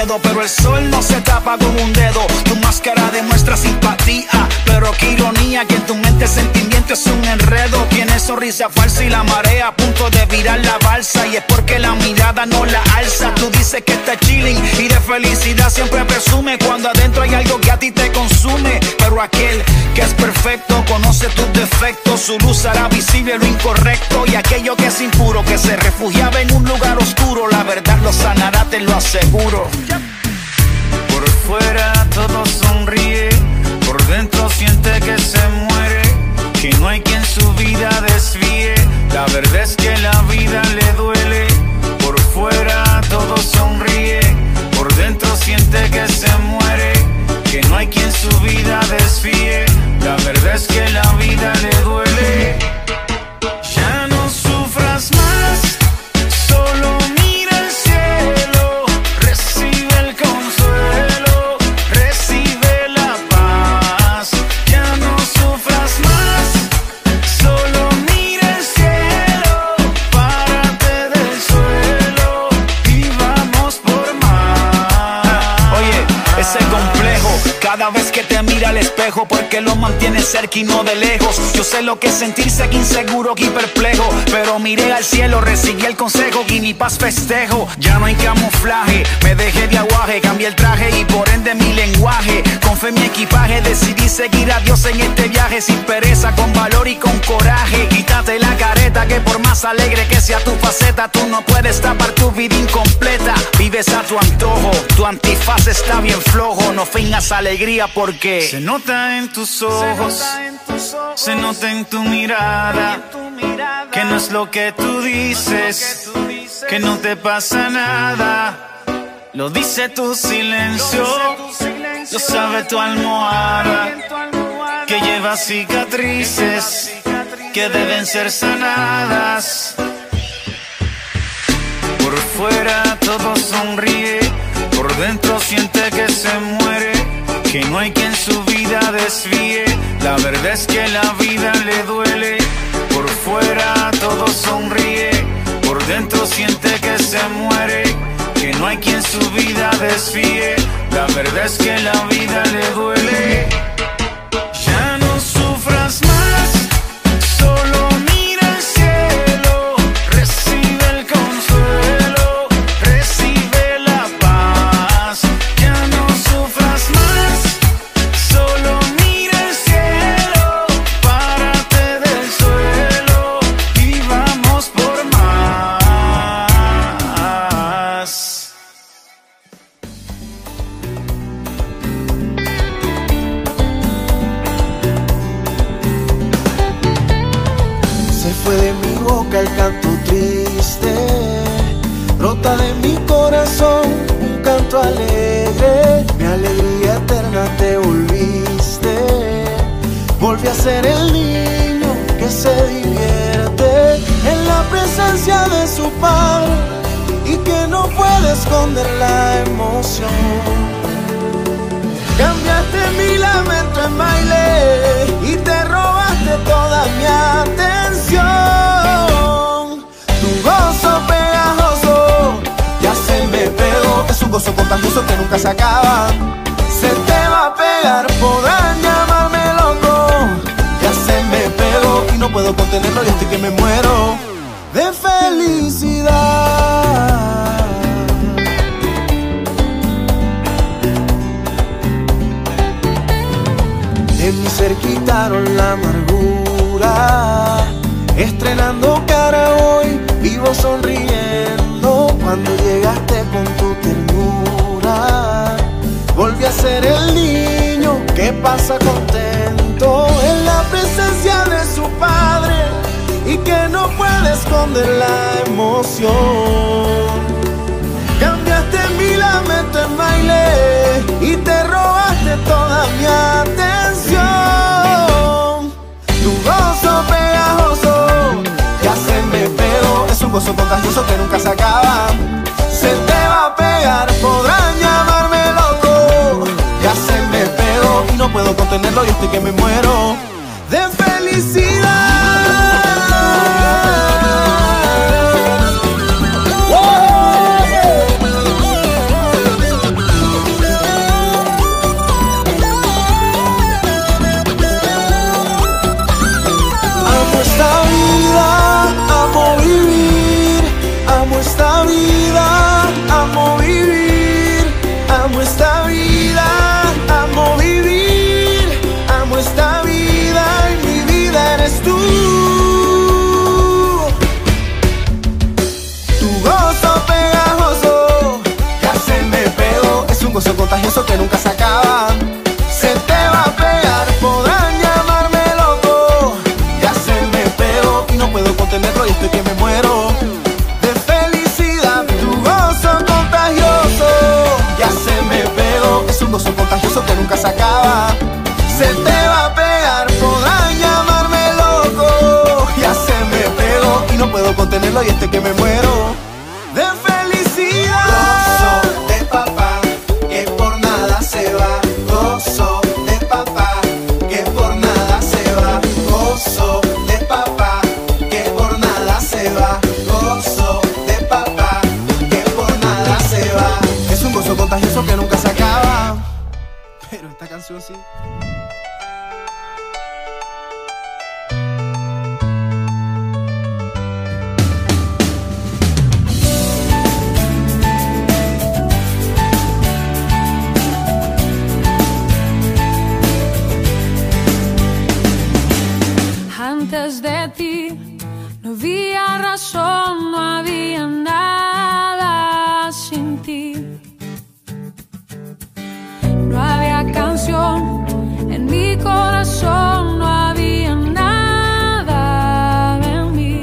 miedo, pero el sol no se tapa con un dedo. Tu máscara demuestra simpatía, pero qué ironía que en tu mente el sentimiento es un enredo. Tienes sonrisa falsa y la marea a punto de virar la balsa, y es porque la mirada no la alza. Tú dices que estás chilling y de felicidad siempre presume, cuando adentro hay algo que a ti te consume. Pero aquel que es perfecto conoce tus defectos, su luz hará visible lo incorrecto, y aquello que es impuro, que se refugiaba en un lugar oscuro, la verdad lo sanará, te lo aseguro. Por fuera todo sonríe, por dentro siente que se muere, que no hay quien su vida desvíe. La verdad es que la vida le duele. Por fuera todo sonríe, por dentro siente que se muere, que no hay quien su vida desvíe. La verdad es que la vida le duele. Ya no sufras más, solo mira el cielo, recibe el consuelo, recibe la paz. Ya no sufras más, solo mira el cielo, párate del suelo y vamos por más. Oye, ese complejo cada vez que te mira al espejo, porque lo mantiene cerca y no de lejos. Yo sé lo que es sentirse aquí inseguro y perplejo, pero miré al cielo, recibí el consejo y mi paz festejo. Ya no hay camuflaje, me dejé de aguaje, cambié el traje y por ende mi lenguaje. Con fe en mi equipaje decidí seguir a Dios en este viaje, sin pereza, con valor y con coraje. Quítate la careta, que por más alegre que sea tu faceta, tú no puedes tapar tu vida incompleta. Vives a tu antojo, tu antifaz está bien flojo. No finjas alegría porque se nota en tus ojos, se nota en tu mirada, que no es lo que tú dices, que no te pasa nada. Lo dice tu silencio, lo sabe tu almohada, que lleva cicatrices que deben ser sanadas. Por fuera todo sonríe, por dentro siente que se muere, que no hay quien su vida desvíe. La verdad es que la vida le duele. Por fuera todo sonríe, por dentro siente que se muere, que no hay quien su vida desvíe. La verdad es que la vida le duele. Ya no sufras más, solo mira el cielo, recibe el consuelo, recibe la paz. Ya no sufras más, solo mira el cielo, párate del suelo y vamos por más. Se fue de mi boca el canto triste, brota de mi corazón un canto alegre. Mi alegría eterna te volviste, volví a ser el niño que se divierte en la presencia de su padre y que no puede esconder la emoción. Cambiaste mi lamento en baile y te robaste toda mi atención. Tu gozo pegajoso ya se me pegó, es un gozo contagioso que nunca se acaba. Se te va a pegar, podrán llamarme loco, ya se me pegó y no puedo contenerlo y estoy que me muero de felicidad. De mi ser quitaron la amargura, estrenando cara hoy, vivo sonriendo. Cuando llegaste con tu ternura, volví a ser el niño que pasa contento en la presencia de su padre y que no puede esconder la emoción. Cambiaste mi lamento en baile y te robaste toda mi atención. Tu gozo pegajoso ya se me pegó, es un gozo contagioso que nunca se acaba. Se te va a pegar, podrán llamarme loco, ya se me pegó y no puedo contenerlo y estoy que me muero de felicidad. contagioso que nunca se acaba. Se te va a pegar, podrán llamarme loco. Ya se me pegó y no puedo contenerlo y estoy que me muero. De felicidad, tu gozo contagioso. Ya se me pegó, es un gozo contagioso que nunca se acaba. Se te va a pegar, podrán llamarme loco. Ya se me pegó y no puedo contenerlo y estoy que me muero. De felicidad. Gozo de papá, que por nada se va. Gozo de papá, que por nada se va. Gozo de papá, que por nada se va. Gozo de papá, que por nada se va. Es un gozo contagioso que nunca se acaba. Pero esta canción sí. Antes de ti no había razón, no había nada sin ti. No había canción en mi corazón, no había nada en mí.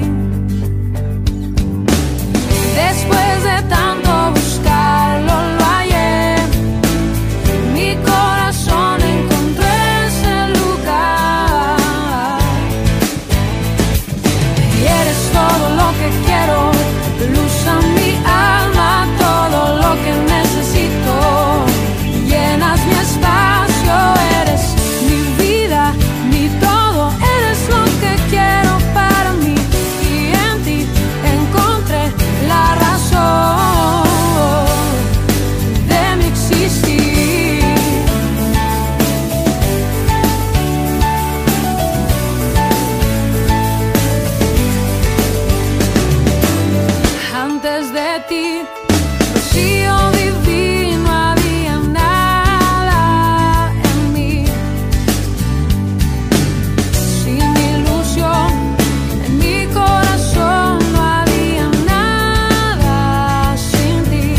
Después de tanto buscarlo, lo hallé. Mi corazón encontró ese lugar. Y eres todo lo que quiero, luz a mi alma, todo lo que necesito. Llenas mi espacio, eres mi vida, mi todo, eres lo que quiero para mí. Y en ti encontré la razón de mi existir. Antes de ti, rocío divino, había nada en mí. Sin ilusión, en mi corazón no había nada sin ti.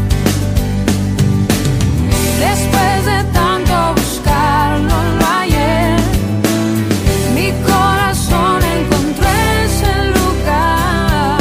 Después de tanto buscarlo, lo hallé. Mi corazón encontró ese lugar.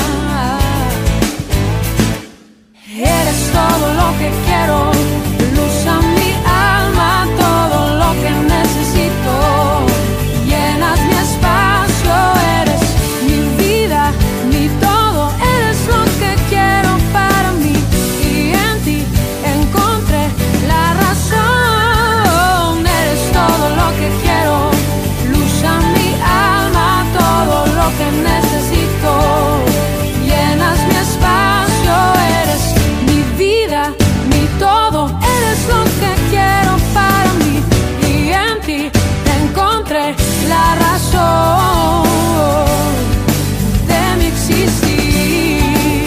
Eres todo lo que quiero, luz a mi alma, todo lo que necesito. Llenas mi espacio, eres mi vida, mi todo, eres lo que quiero para mí. Y en ti encontré la razón. Eres todo lo que quiero, luz a mi alma, todo lo que necesito. Llenas mi espacio, eres mi vida, mi todo, eres lo que quiero para mí. Y en ti encontré la razón de mi existir.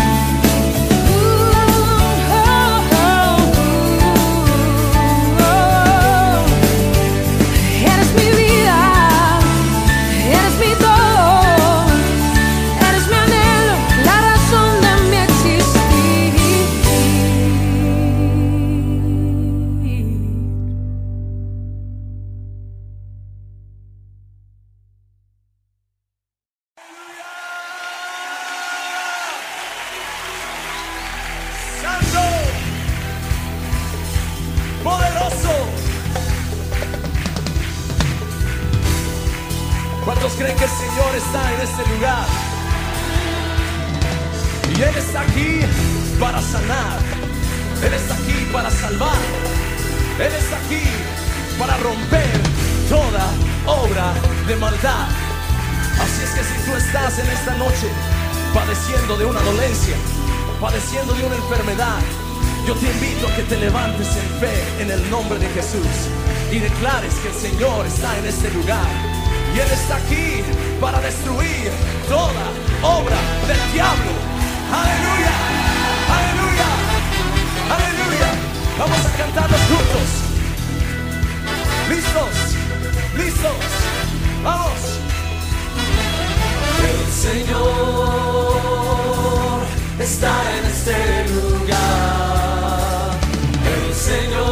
Eres mi vida, eres mi todo, eres mi anhelo, la razón de mi existir. Santo, poderoso. ¿Cuántos creen que el Señor está en este lugar? Y Él está aquí para sanar, Él está aquí para salvar, Él está aquí para romper toda obra de maldad. Así es que si tú estás en esta noche padeciendo de una dolencia, padeciendo de una enfermedad, yo te invito a que te levantes en fe en el nombre de Jesús y declares que el Señor está en este lugar. Y Él está aquí para destruir toda obra del diablo. Aleluya, aleluya, aleluya. Vamos a cantarlos juntos. ¿Listos? ¿Listos? Vamos. El Señor está en este lugar. El Señor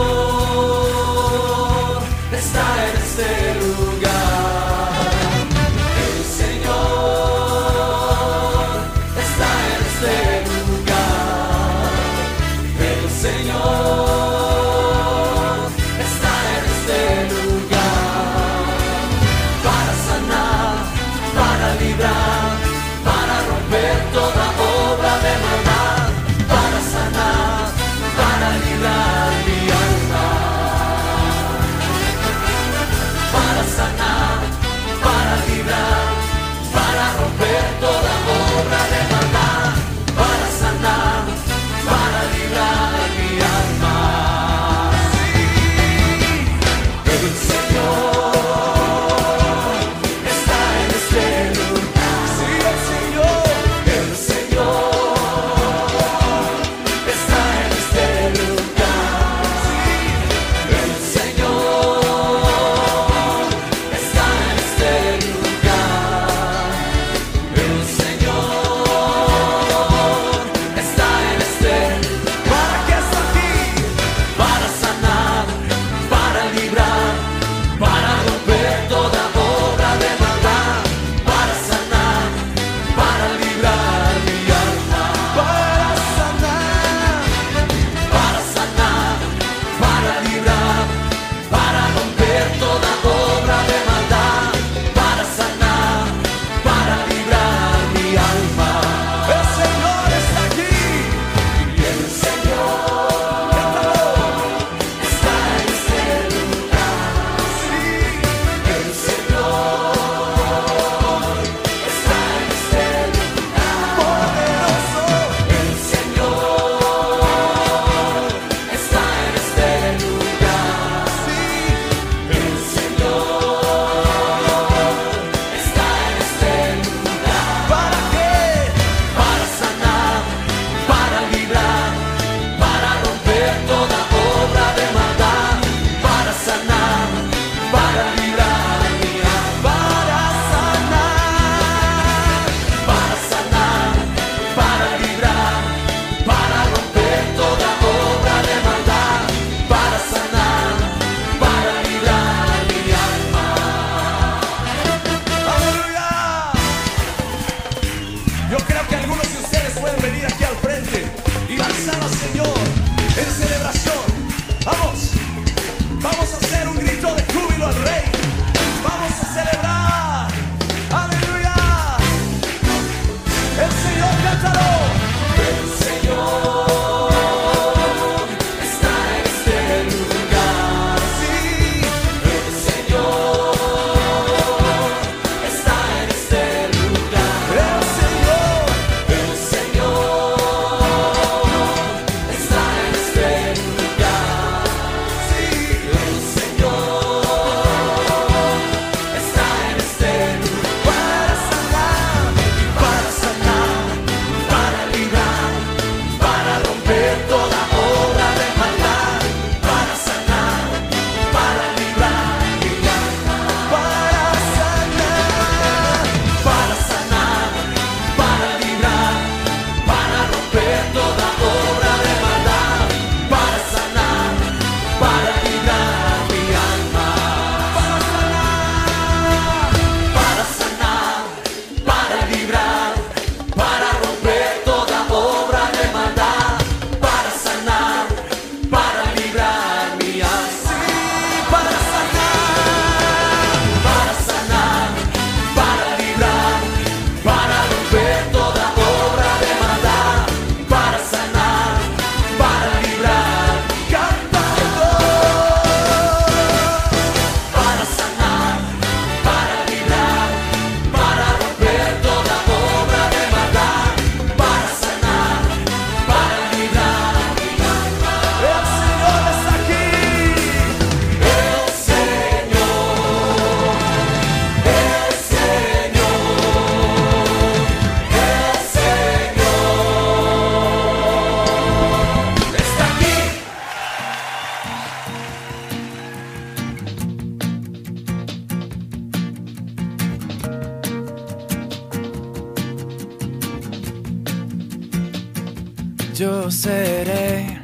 Yo seré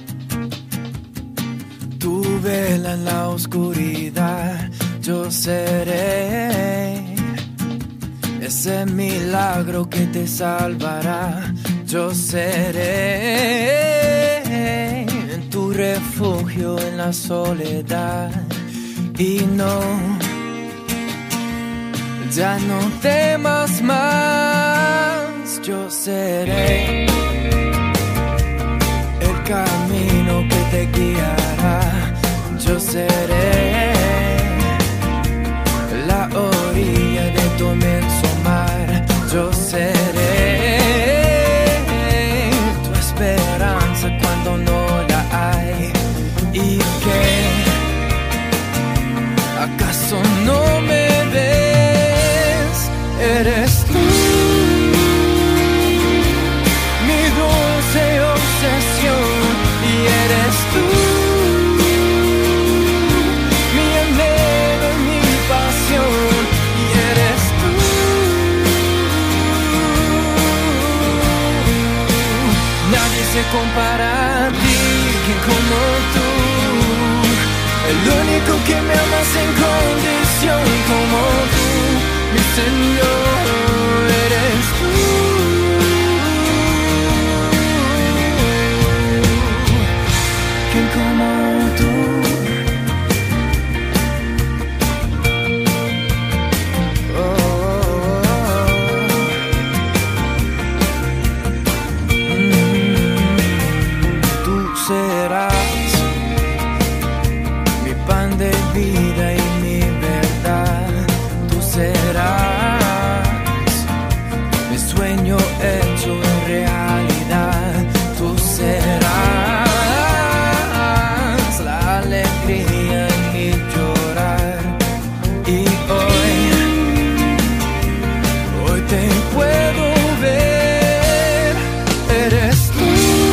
tu vela en la oscuridad. Yo seré ese milagro que te salvará. Yo seré tu refugio en la soledad. Y no, ya no temas más. Yo seré el camino que te guiará. Yo seré la orilla de tu inmenso mar. Yo seré tu esperanza cuando no la hay. ¿Y qué? ¿Acaso no me ves? Eres tú mi dulce obsesión y eres tú mi anhelo y mi pasión y eres tú. Nadie se compara a ti, quien como tú. El único que me ama sin condición como tú, mi Señor, eres tú. ¿Quién como tú? Tú serás mi pan de vida y mi verdad. Tú serás mi sueño hecho en realidad. Tú serás la alegría en mi llorar. Y hoy te puedo ver. Eres tú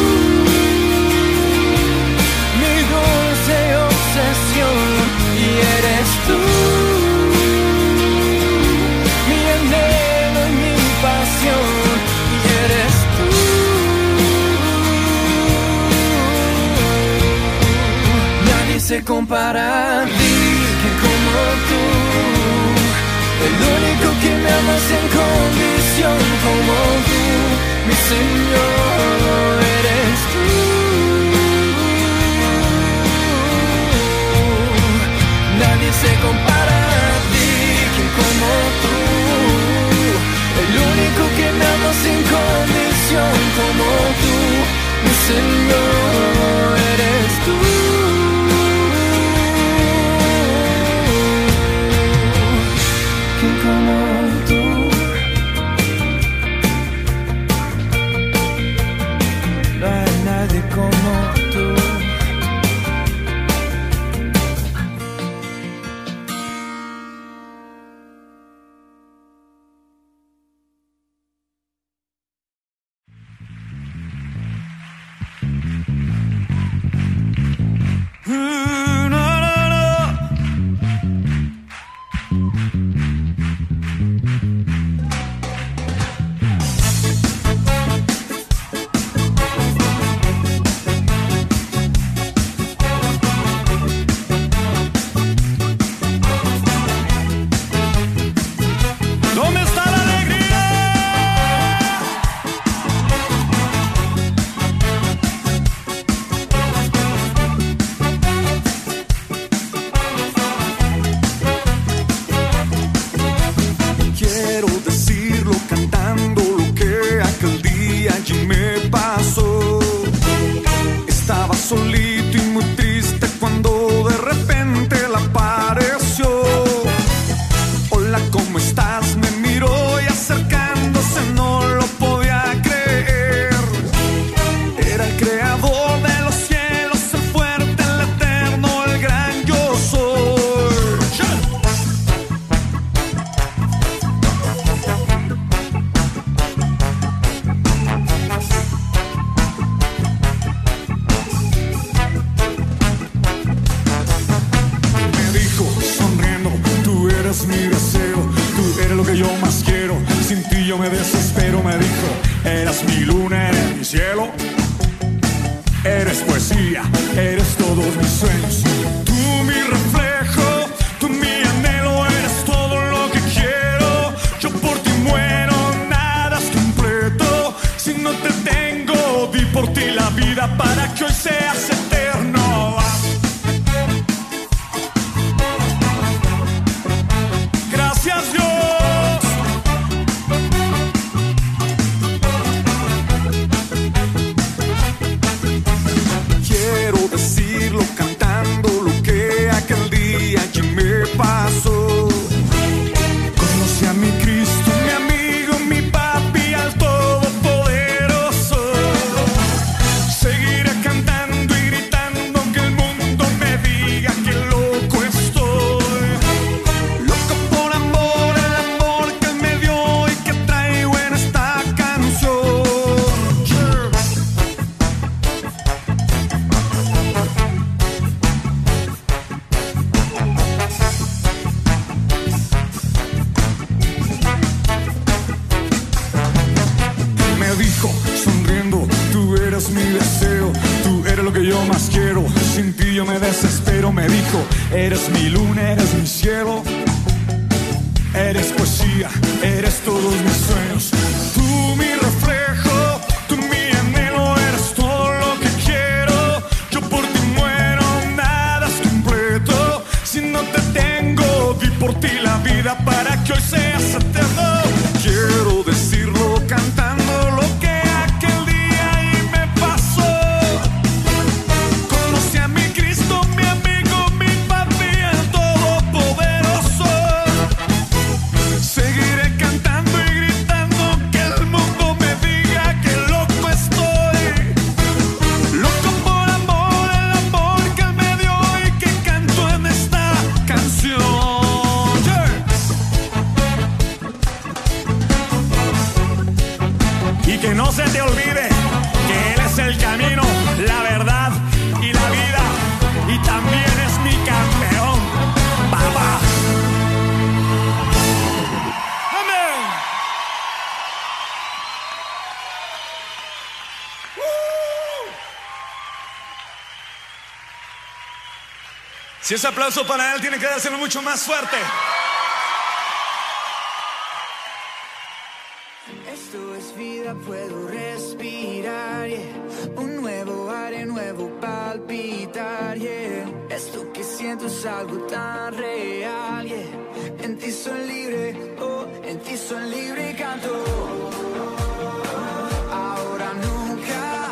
mi dulce obsesión y eres tú mi anhelo y mi pasión y eres tú. Nadie se compara a ti, quien como tú. El único que me ama sin condición como tú, mi Señor, eres tú. Nadie se compara a ti, quien como tú. El único que me ama sin condición como tú, mi Señor, eres tú. ¿Quién como tú? No hay nadie como tú. ¿Dónde está la alegría? Eres poesía, eres todos mis sueños. Tú mi reflejo, tú mi anhelo, eres todo lo que quiero. Yo por ti muero, nada es completo. Si no te tengo, di por ti la vida para que hoy seas eterno. Gracias Dios. Quiero decirlo cantando lo que aquel día allí me pasó. Conocí a mi Cristo, mi amigo, mi papi, al Todopoderoso. Seguiré cantando y gritando aunque el mundo me diga que loco estoy. Loco por amor, el amor que él me dio y que traigo en esta canción. Me dijo sonriendo, tú eres mi deseo, tú eres lo que yo más quiero, sin ti yo me desespero. Me dijo, eres mi luna, eres mi cielo, eres poesía, eres todos mis sueños. Tú mi reflejo, tú mi anhelo, eres todo lo que quiero. Yo por ti muero, nada es completo. Si no te tengo, di por ti la vida para que hoy seas eterno. Quiero decirlo cantando lo que aquel día ahí me pasó. Conocí a mi Cristo, mi amigo, mi papi, el Todopoderoso. Seguiré cantando y gritando que el mundo me diga que loco estoy. Loco por amor, el amor que él me dio y que canto en esta canción. Y que no se te olvide que Él es el camino, la verdad y la vida. Y también es mi campeón, papá. Amén. Si ese aplauso para Él, tiene que dárselo mucho más fuerte. Esto es vida, puedo respirar, yeah. Un nuevo aire, nuevo palpitar, yeah. Esto que siento es algo tan real, yeah. En ti soy libre, oh, en ti soy libre y canto. Ahora nunca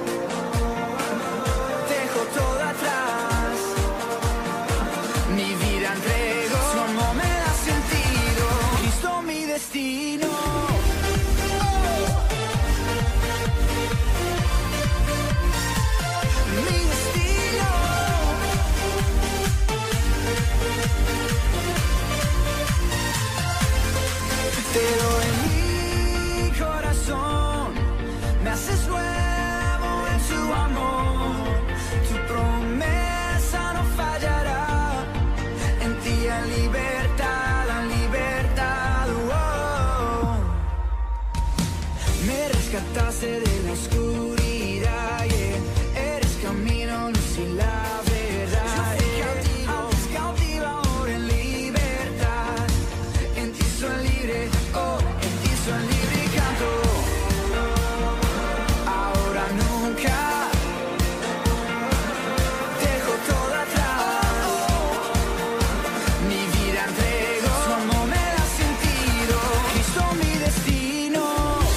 dejo todo atrás. Mi vida entrego, su amor me da sentido. Cristo mi destino. Mi destino. Te doy mi corazón, me haces nuevo en su amor. Tu promesa no fallará, en ti hay libertad, oh. Me rescataste de la oscuridad, yeah. Eres camino, luz y la verdad. Antes cautiva, ahora en libertad. En ti soy libre, oh, en ti soy libre y canto. Ahora nunca dejo todo atrás. Mi vida entrego, su amor me da sentido. Cristo mi destino.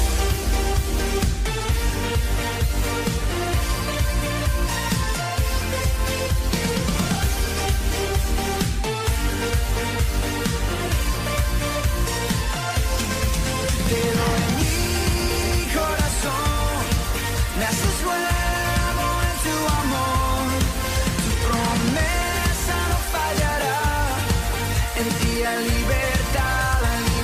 Te doy mi corazón, me haces nuevo en tu amor. Tu promesa no fallará, en ti hay libertad,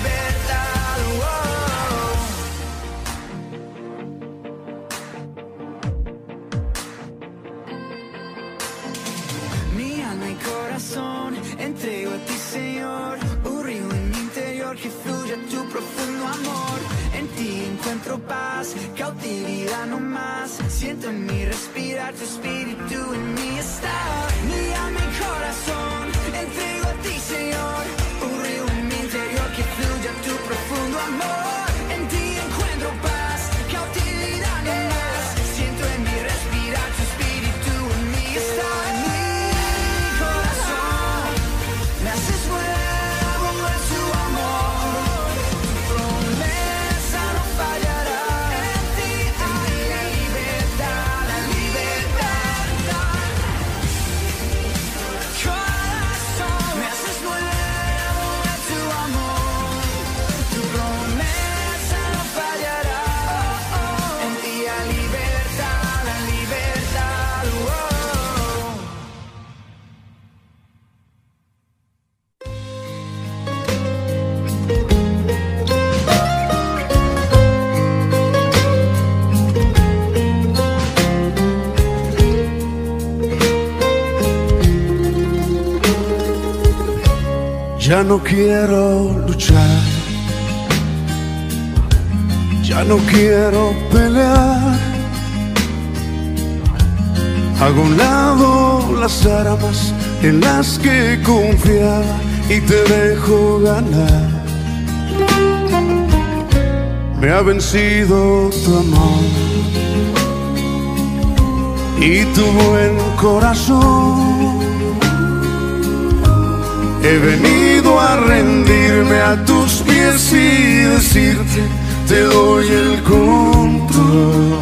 oh. Mi alma y corazón entrego a ti, Señor. Un río en mi interior que fluye tu profundo amor. En ti encuentro paz, cautividad no más. Siento en mi respirar tu espíritu en mí está. Mi alma y corazón entrego a ti, Señor. Un río en mi interior que fluya tu profundo amor. En ti encuentro paz, cautividad no más. Siento en mi respirar tu espíritu en mí está. En mi corazón me haces nuevo en su amor. Tu promesa no fallará. En ti hay la libertad, la libertad. Corazón, me haces nuevo en tu amor. Tu promesa no fallará. En ti hay libertad, la libertad. Ya no quiero luchar, ya no quiero pelear. Hago a un lado las armas en las que confiaba y te dejo ganar. Me ha vencido tu amor y tu buen corazón. He venido a rendirme a tus pies y decirte, te doy el control.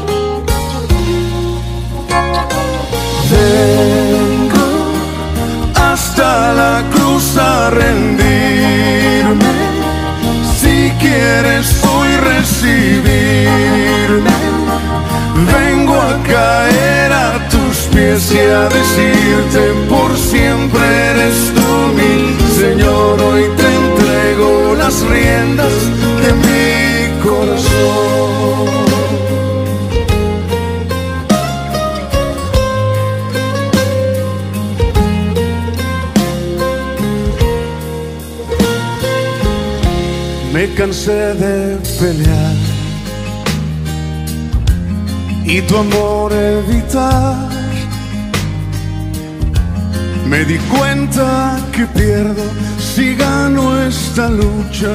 Vengo hasta la cruz a rendirme. Si quieres hoy recibirme, vengo a caer a tus pies y a decirte, por siempre eres tú mi Señor. Hoy te entrego las riendas de mi corazón. Me cansé de pelear y tu amor evitar. Me di cuenta que pierdo si gano esta lucha.